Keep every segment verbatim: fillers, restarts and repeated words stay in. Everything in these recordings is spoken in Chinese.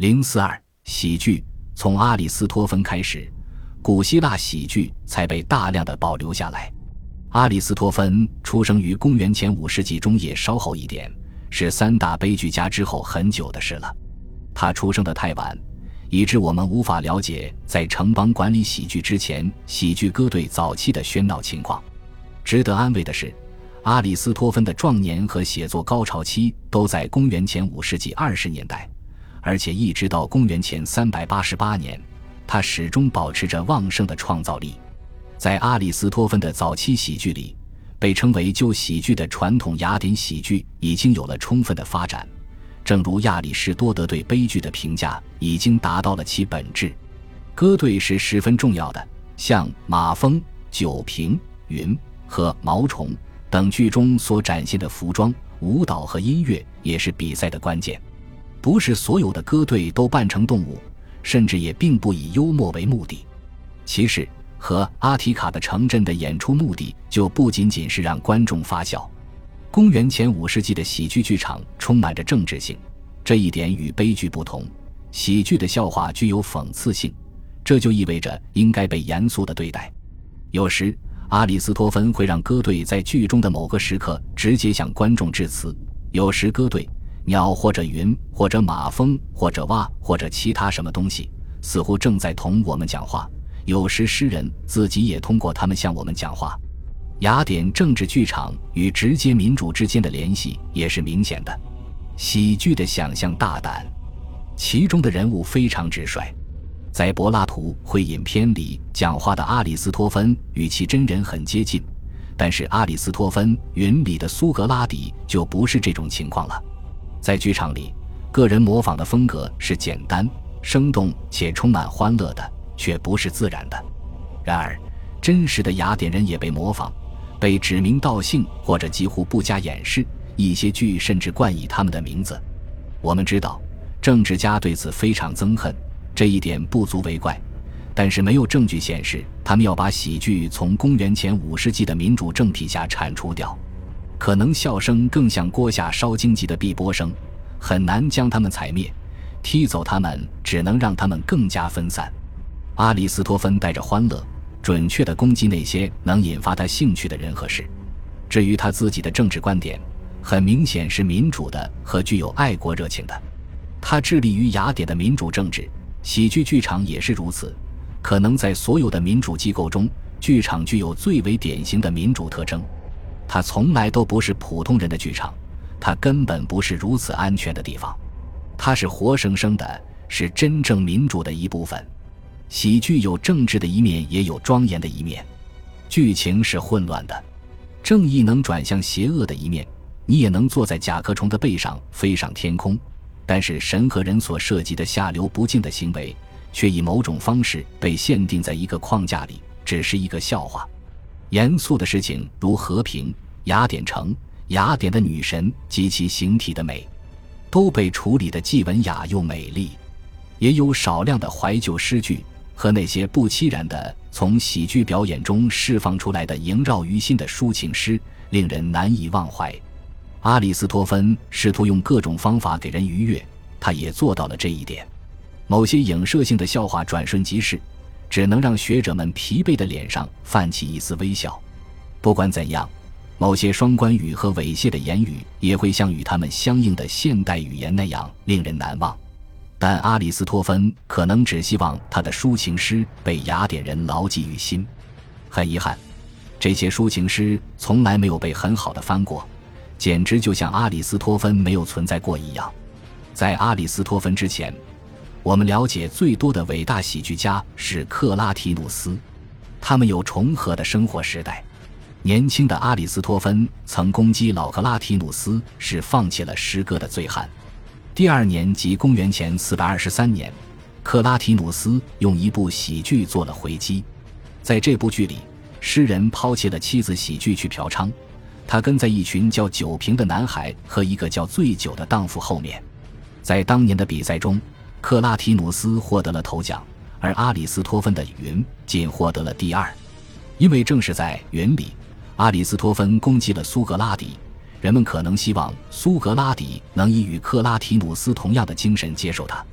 零四二喜剧。从阿里斯托芬开始，古希腊喜剧才被大量的保留下来。阿里斯托芬出生于公元前五世纪中叶稍后一点，是三大悲剧家之后很久的事了。他出生的太晚，以致我们无法了解在城邦管理喜剧之前喜剧歌队早期的喧闹情况。值得安慰的是，阿里斯托芬的壮年和写作高潮期都在公元前五世纪二十年代，而且一直到公元前三百八十八年，他始终保持着旺盛的创造力。在阿里斯托芬的早期喜剧里，被称为旧喜剧的传统雅典喜剧已经有了充分的发展，正如亚里士多德对悲剧的评价已经达到了其本质。歌队是十分重要的，像马蜂、酒瓶、云和毛虫等剧中所展现的服装、舞蹈和音乐也是比赛的关键。不是所有的歌队都扮成动物，甚至也并不以幽默为目的。骑士和阿提卡的城镇的演出目的就不仅仅是让观众发笑。公元前五世纪的喜剧剧场充满着政治性，这一点与悲剧不同。喜剧的笑话具有讽刺性，这就意味着应该被严肃地对待。有时阿里斯托芬会让歌队在剧中的某个时刻直接向观众致辞，有时歌队鸟或者云或者马蜂或者蛙或者其他什么东西似乎正在同我们讲话，有时诗人自己也通过他们向我们讲话。雅典政治剧场与直接民主之间的联系也是明显的。喜剧的想象大胆，其中的人物非常直率。在柏拉图会饮篇里讲话的阿里斯托芬与其真人很接近，但是阿里斯托芬云里的苏格拉底就不是这种情况了。在剧场里，个人模仿的风格是简单、生动且充满欢乐的，却不是自然的。然而，真实的雅典人也被模仿，被指名道姓或者几乎不加掩饰，一些剧甚至冠以他们的名字。我们知道，政治家对此非常憎恨，这一点不足为怪，但是没有证据显示他们要把喜剧从公元前五世纪的民主政体下铲除掉。可能笑声更像锅下烧荆棘的碧波声，很难将它们踩灭，踢走它们只能让它们更加分散。阿里斯托芬带着欢乐，准确地攻击那些能引发他兴趣的人和事。至于他自己的政治观点，很明显是民主的和具有爱国热情的。他致力于雅典的民主政治，喜剧剧场也是如此。可能在所有的民主机构中，剧场具有最为典型的民主特征。它从来都不是普通人的剧场，它根本不是如此安全的地方。它是活生生的，是真正民主的一部分。喜剧有政治的一面，也有庄严的一面。剧情是混乱的，正义能转向邪恶的一面，你也能坐在甲壳虫的背上飞上天空。但是神和人所涉及的下流不敬的行为，却以某种方式被限定在一个框架里，只是一个笑话。严肃的事情如和平、雅典城、雅典的女神及其形体的美，都被处理得既文雅又美丽。也有少量的怀旧诗句和那些不期然的从喜剧表演中释放出来的萦绕于心的抒情诗，令人难以忘怀。阿里斯托芬试图用各种方法给人愉悦，他也做到了这一点。某些影射性的笑话转瞬即逝，只能让学者们疲惫的脸上泛起一丝微笑。不管怎样，某些双关语和猥亵的言语也会像与他们相应的现代语言那样令人难忘。但阿里斯托芬可能只希望他的抒情诗被雅典人牢记于心。很遗憾，这些抒情诗从来没有被很好的翻过，简直就像阿里斯托芬没有存在过一样。在阿里斯托芬之前，我们了解最多的伟大喜剧家是克拉提努斯，他们有重合的生活时代。年轻的阿里斯托芬曾攻击老克拉提努斯是放弃了诗歌的醉汉。第二年即公元前四百二十三年，克拉提努斯用一部喜剧做了回击。在这部剧里，诗人抛弃了妻子喜剧去嫖娼，他跟在一群叫酒瓶的男孩和一个叫醉酒的荡妇后面。在当年的比赛中，克拉提努斯获得了头奖，而阿里斯托芬的云仅获得了第二。因为正是在云里，阿里斯托芬攻击了苏格拉底，人们可能希望苏格拉底能以与克拉提努斯同样的精神接受他。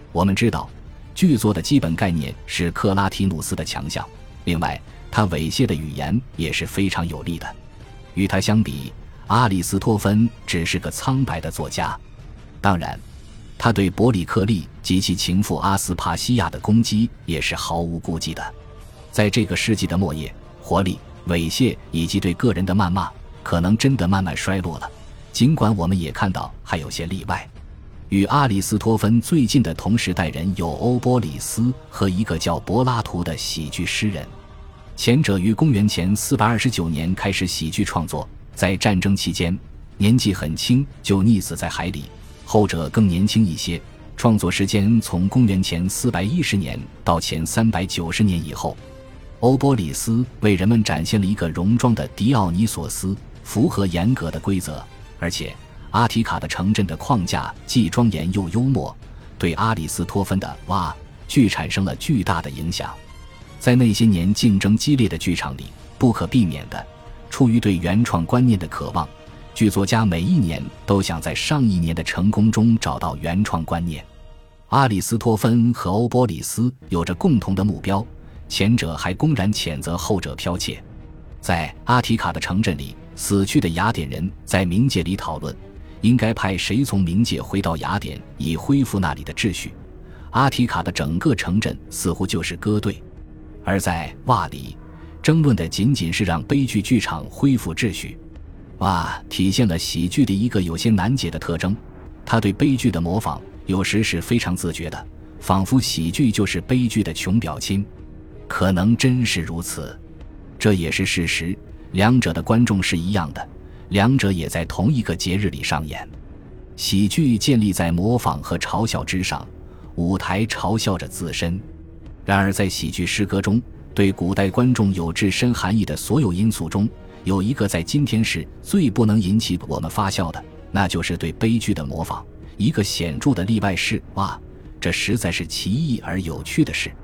我们知道，剧作的基本概念是克拉提努斯的强项，另外，他猥亵的语言也是非常有力的。与他相比，阿里斯托芬只是个苍白的作家。当然，他对伯里克利及其情妇阿斯帕西亚的攻击也是毫无顾忌的。在这个世纪的末叶，活力、猥亵以及对个人的谩骂可能真的慢慢衰落了，尽管我们也看到还有些例外。与阿里斯托芬最近的同时代人有欧波里斯和一个叫柏拉图的喜剧诗人，前者于公元前四百二十九年开始喜剧创作，在战争期间年纪很轻就溺死在海里，后者更年轻一些，创作时间从公元前四百一十年到前三百九十年以后。欧波里斯为人们展现了一个戎装的狄奥尼索斯，符合严格的规则，而且阿提卡的城镇的框架既庄严又幽默，对阿里斯托芬的哇剧产生了巨大的影响。在那些年竞争激烈的剧场里，不可避免的，出于对原创观念的渴望，剧作家每一年都想在上一年的成功中找到原创观念。阿里斯托芬和欧波里斯有着共同的目标，前者还公然谴责后者剽窃。在阿提卡的城镇里，死去的雅典人在冥界里讨论应该派谁从冥界回到雅典，以恢复那里的秩序。阿提卡的整个城镇似乎就是歌队。而在瓦里，争论的仅仅是让悲剧剧场恢复秩序。哇体现了喜剧的一个有些难解的特征，他对悲剧的模仿有时是非常自觉的，仿佛喜剧就是悲剧的穷表亲。可能真是如此，这也是事实，两者的观众是一样的，两者也在同一个节日里上演。喜剧建立在模仿和嘲笑之上，舞台嘲笑着自身。然而在喜剧诗歌中，对古代观众有至深含义的所有因素中，有一个在今天是最不能引起我们发笑的，那就是对悲剧的模仿。一个显著的例外是，哇，这实在是奇异而有趣的事。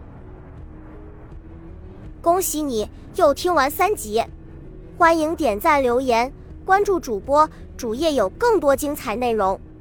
恭喜你又听完三集，欢迎点赞留言，关注主播，主页有更多精彩内容。